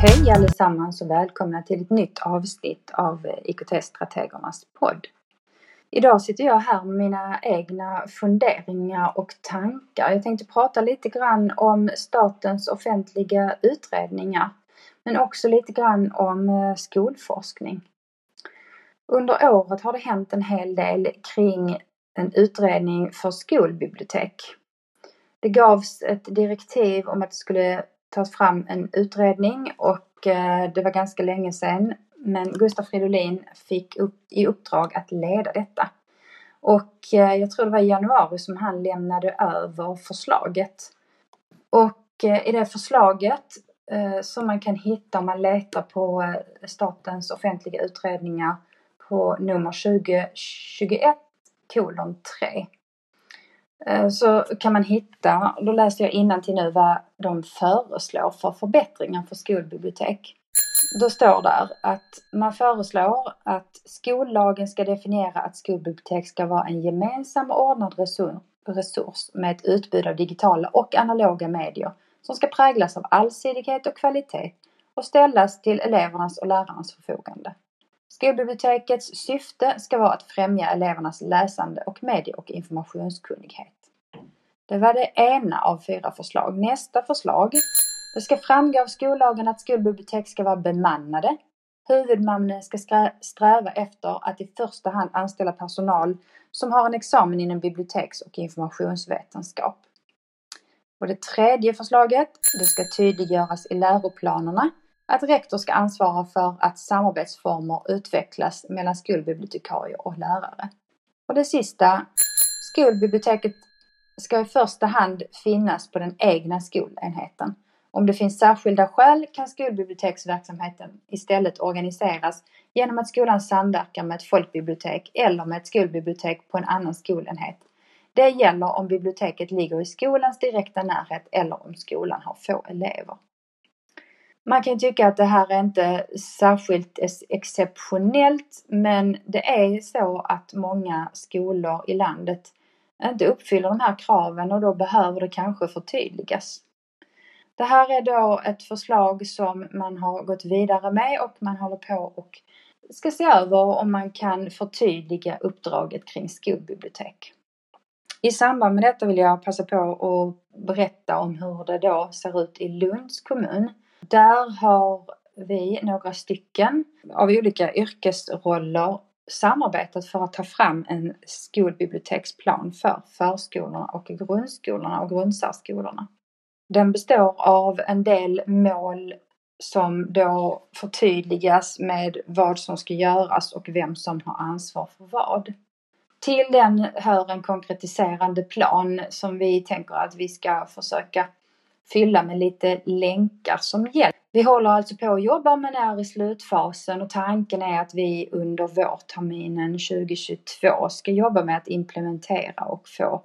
Hej allesammans och välkomna till ett nytt avsnitt av IKT-strategernas podd. Idag sitter jag här med mina egna funderingar och tankar. Jag tänkte prata lite grann om statens offentliga utredningar, men också lite grann om skolforskning. Under året har det hänt en hel del kring en utredning för skolbibliotek. Det gavs ett direktiv om att det skulle tas fram en utredning och det var ganska länge sedan, men Gustav Fridolin fick i uppdrag att leda detta. Och jag tror det var i januari som han lämnade över förslaget. Och i det förslaget som man kan hitta om man letar på statens offentliga utredningar på nummer 2021:3. Så kan man hitta, då läser jag innantill nu vad de föreslår för förbättringar för skolbibliotek. Då står där att man föreslår att skollagen ska definiera att skolbibliotek ska vara en gemensam och ordnad resurs med ett utbud av digitala och analoga medier som ska präglas av allsidighet och kvalitet och ställas till elevernas och lärarnas förfogande. Skolbibliotekets syfte ska vara att främja elevernas läsande och medie- och informationskunnighet. Det var det ena av 4 förslag. Nästa förslag. Det ska framgå av skollagen att skolbibliotek ska vara bemannade. Huvudmannen ska sträva efter att i första hand anställa personal som har en examen inom biblioteks- och informationsvetenskap. Och det tredje förslaget. Det ska tydliggöras i läroplanerna att rektor ska ansvara för att samarbetsformer utvecklas mellan skolbibliotekarier och lärare. Och det sista, skolbiblioteket ska i första hand finnas på den egna skolenheten. Om det finns särskilda skäl kan skolbiblioteksverksamheten istället organiseras genom att skolan samverkar med ett folkbibliotek eller med ett skolbibliotek på en annan skolenhet. Det gäller om biblioteket ligger i skolans direkta närhet eller om skolan har få elever. Man kan tycka att det här är inte särskilt exceptionellt, men det är så att många skolor i landet inte uppfyller de här kraven och då behöver det kanske förtydligas. Det här är då ett förslag som man har gått vidare med och man håller på och ska se över om man kan förtydliga uppdraget kring skolbibliotek. I samband med detta vill jag passa på att berätta om hur det då ser ut i Lunds kommun. Där har vi några stycken av olika yrkesroller samarbetat för att ta fram en skolbiblioteksplan för förskolorna och grundskolorna och grundsärskolorna. Den består av en del mål som då förtydligas med vad som ska göras och vem som har ansvar för vad. Till den hör en konkretiserande plan som vi tänker att vi ska försöka fylla med lite länkar som hjälp. Vi håller alltså på att jobba med när i slutfasen och tanken är att vi under vårterminen 2022 ska jobba med att implementera och få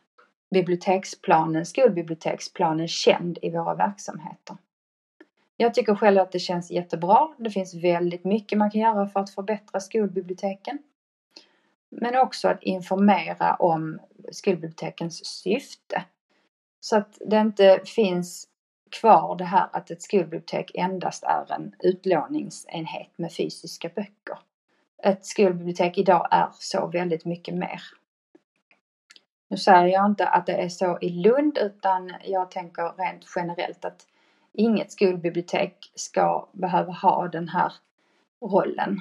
skolbiblioteksplanen känd i våra verksamheter. Jag tycker själv att det känns jättebra. Det finns väldigt mycket man kan göra för att förbättra skolbiblioteken. Men också att informera om skolbibliotekens syfte. Så att det inte finns kvar det här att ett skolbibliotek endast är en utlåningsenhet med fysiska böcker. Ett skolbibliotek idag är så väldigt mycket mer. Nu säger jag inte att det är så i Lund, utan jag tänker rent generellt att inget skolbibliotek ska behöva ha den här rollen.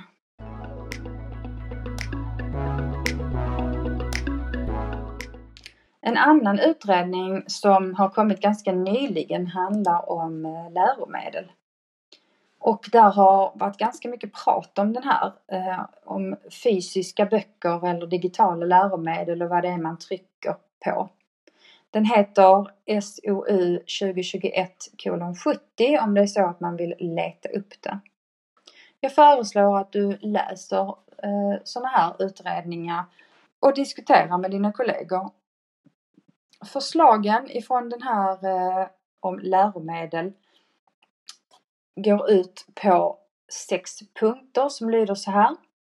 En annan utredning som har kommit ganska nyligen handlar om läromedel. Och där har varit ganska mycket prat om den här, om fysiska böcker eller digitala läromedel och vad det är man trycker på. Den heter SOU 2021:70 om det är så att man vill leta upp det. Jag föreslår att du läser sådana här utredningar och diskuterar med dina kollegor. Förslagen ifrån den här om läromedel går ut på 6 punkter som lyder så här.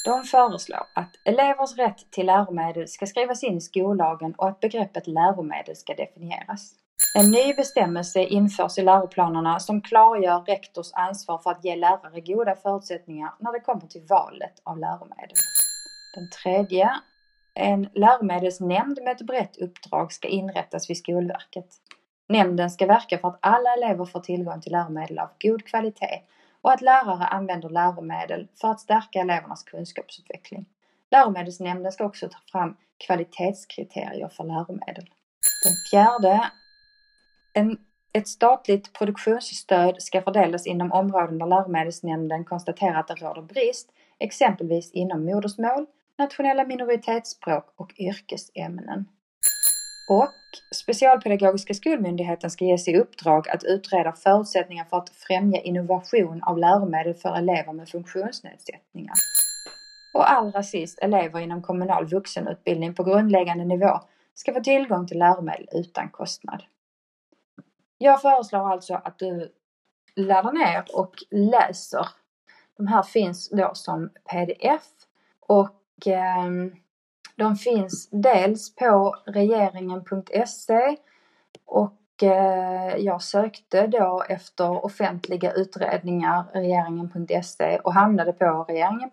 De föreslår att elevers rätt till läromedel ska skrivas in i skollagen och att begreppet läromedel ska definieras. En ny bestämmelse införs i läroplanerna som klargör rektors ansvar för att ge lärare goda förutsättningar när det kommer till valet av läromedel. Den tredje, en läromedelsnämnd med ett brett uppdrag ska inrättas vid Skolverket. Nämnden ska verka för att alla elever får tillgång till läromedel av god kvalitet och att lärare använder läromedel för att stärka elevernas kunskapsutveckling. Läromedelsnämnden ska också ta fram kvalitetskriterier för läromedel. Den fjärde, ett statligt produktionsstöd ska fördelas inom områden där läromedelsnämnden konstaterar att det råder brist, exempelvis inom modersmål, nationella minoritetsspråk och yrkesämnen. Och Specialpedagogiska skolmyndigheten ska ges i uppdrag att utreda förutsättningar för att främja innovation av läromedel för elever med funktionsnedsättningar. Och allra sist, elever inom kommunal vuxenutbildning på grundläggande nivå ska få tillgång till läromedel utan kostnad. Jag föreslår alltså att du laddar ner och läser. De här finns då som pdf och de finns dels på regeringen.se och jag sökte då efter offentliga utredningar regeringen.se och hamnade på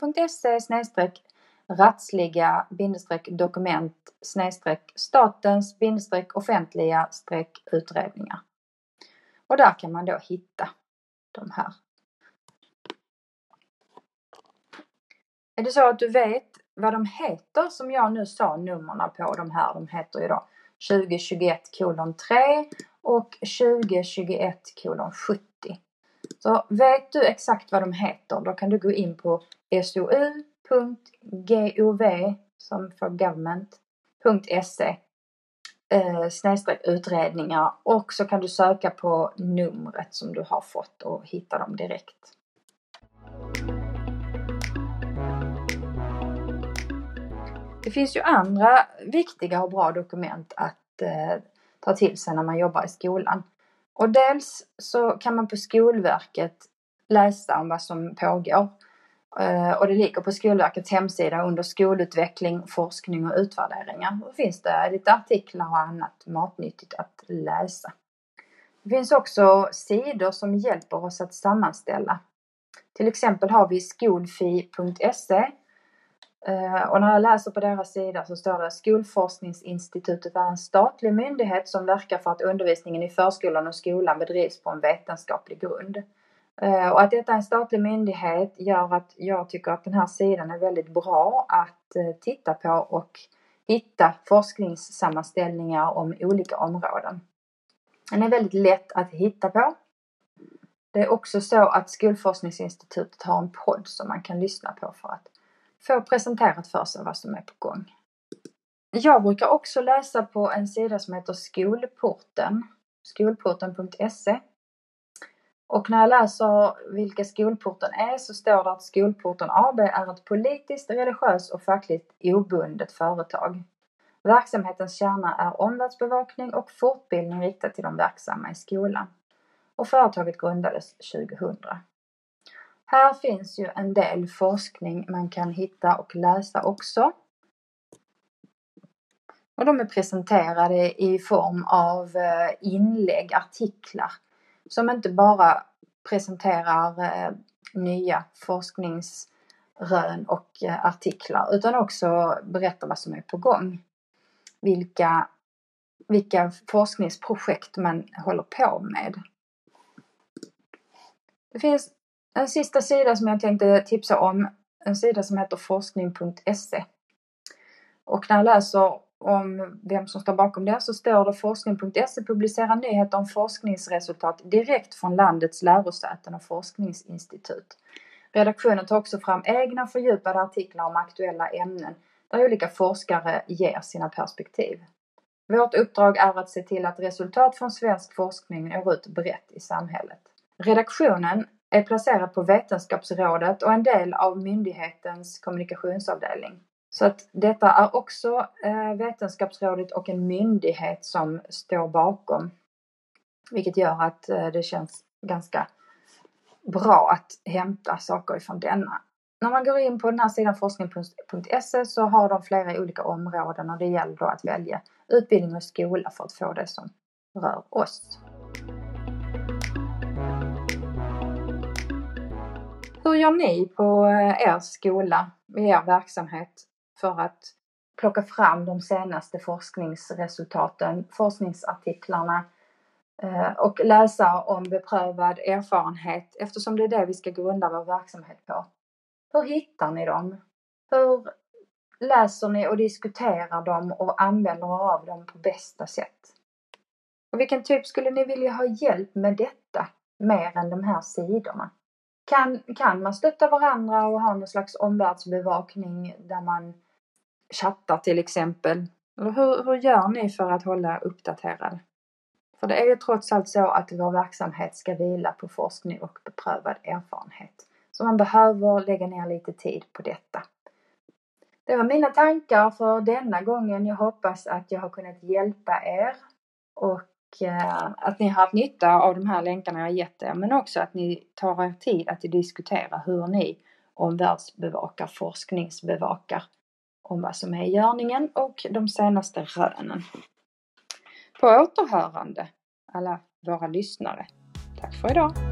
regeringen.se/ratsliga-dokument/statens-offentliga-utredningar. Och där kan man då hitta de här. Är det så att du vet vad de heter som jag nu sa nummerna på de här? De heter ju då 2021:3 och 2021:70. Så vet du exakt vad de heter, då kan du gå in på sou.gov som för government.se /utredningar och så kan du söka på numret som du har fått och hitta dem direkt. Det finns ju andra viktiga och bra dokument att ta till sig när man jobbar i skolan. Och dels så kan man på Skolverket läsa om vad som pågår. Och det ligger på Skolverkets hemsida under skolutveckling, forskning och utvärderingar. Då finns det lite artiklar och annat matnyttigt att läsa. Det finns också sidor som hjälper oss att sammanställa. Till exempel har vi skolfi.se. Och när jag läser på deras sida så står det: Skolforskningsinstitutet är en statlig myndighet som verkar för att undervisningen i förskolan och skolan bedrivs på en vetenskaplig grund. Och att detta är en statlig myndighet gör att jag tycker att den här sidan är väldigt bra att titta på och hitta forskningssammanställningar om olika områden. Den är väldigt lätt att hitta på. Det är också så att Skolforskningsinstitutet har en podd som man kan lyssna på för att få presenterat för sig vad som är på gång. Jag brukar också läsa på en sida som heter Skolporten, skolporten.se. Och när jag läser vilka Skolporten är så står det att Skolporten AB är ett politiskt, religiöst och fackligt obundet företag. Verksamhetens kärna är omvärldsbevakning och fortbildning riktad till de verksamma i skolan. Och företaget grundades 2000. Här finns ju en del forskning man kan hitta och läsa också. Och de är presenterade i form av inlägg, artiklar. Som inte bara presenterar nya forskningsrön och artiklar. Utan också berättar vad som är på gång. Vilka forskningsprojekt man håller på med. Det finns en sista sida som jag tänkte tipsa om. En sida som heter forskning.se. Och när jag läser om vem som står bakom det så står det: forskning.se publicerar nyheter om forskningsresultat direkt från landets lärosäten och forskningsinstitut. Redaktionen tar också fram egna fördjupade artiklar om aktuella ämnen där olika forskare ger sina perspektiv. Vårt uppdrag är att se till att resultat från svensk forskning når ut brett i samhället. Redaktionen är placerad på Vetenskapsrådet och en del av myndighetens kommunikationsavdelning. Så att detta är också Vetenskapsrådet och en myndighet som står bakom. Vilket gör att det känns ganska bra att hämta saker ifrån denna. När man går in på den här sidan forskning.se så har de flera olika områden och det gäller då att välja utbildning och skola för att få det som rör oss. Hur gör ni på er skola med er verksamhet för att plocka fram de senaste forskningsresultaten, forskningsartiklarna och läsa om beprövad erfarenhet, eftersom det är det vi ska grunda vår verksamhet på? Hur hittar ni dem? Hur läser ni och diskuterar dem och använder av dem på bästa sätt? Och vilken typ skulle ni vilja ha hjälp med detta mer än de här sidorna? Kan man stötta varandra och ha någon slags omvärldsbevakning där man chattar till exempel? Eller hur gör ni för att hålla uppdaterade? För det är ju trots allt så att vår verksamhet ska vila på forskning och beprövad erfarenhet. Så man behöver lägga ner lite tid på detta. Det var mina tankar för denna gången. Jag hoppas att jag har kunnat hjälpa er och att ni har haft nytta av de här länkarna jag gett er. Men också att ni tar er tid att diskutera hur ni omvärldsbevakar, forskningsbevakar om vad som är i görningen och de senaste rönen. På återhörande alla våra lyssnare. Tack för idag!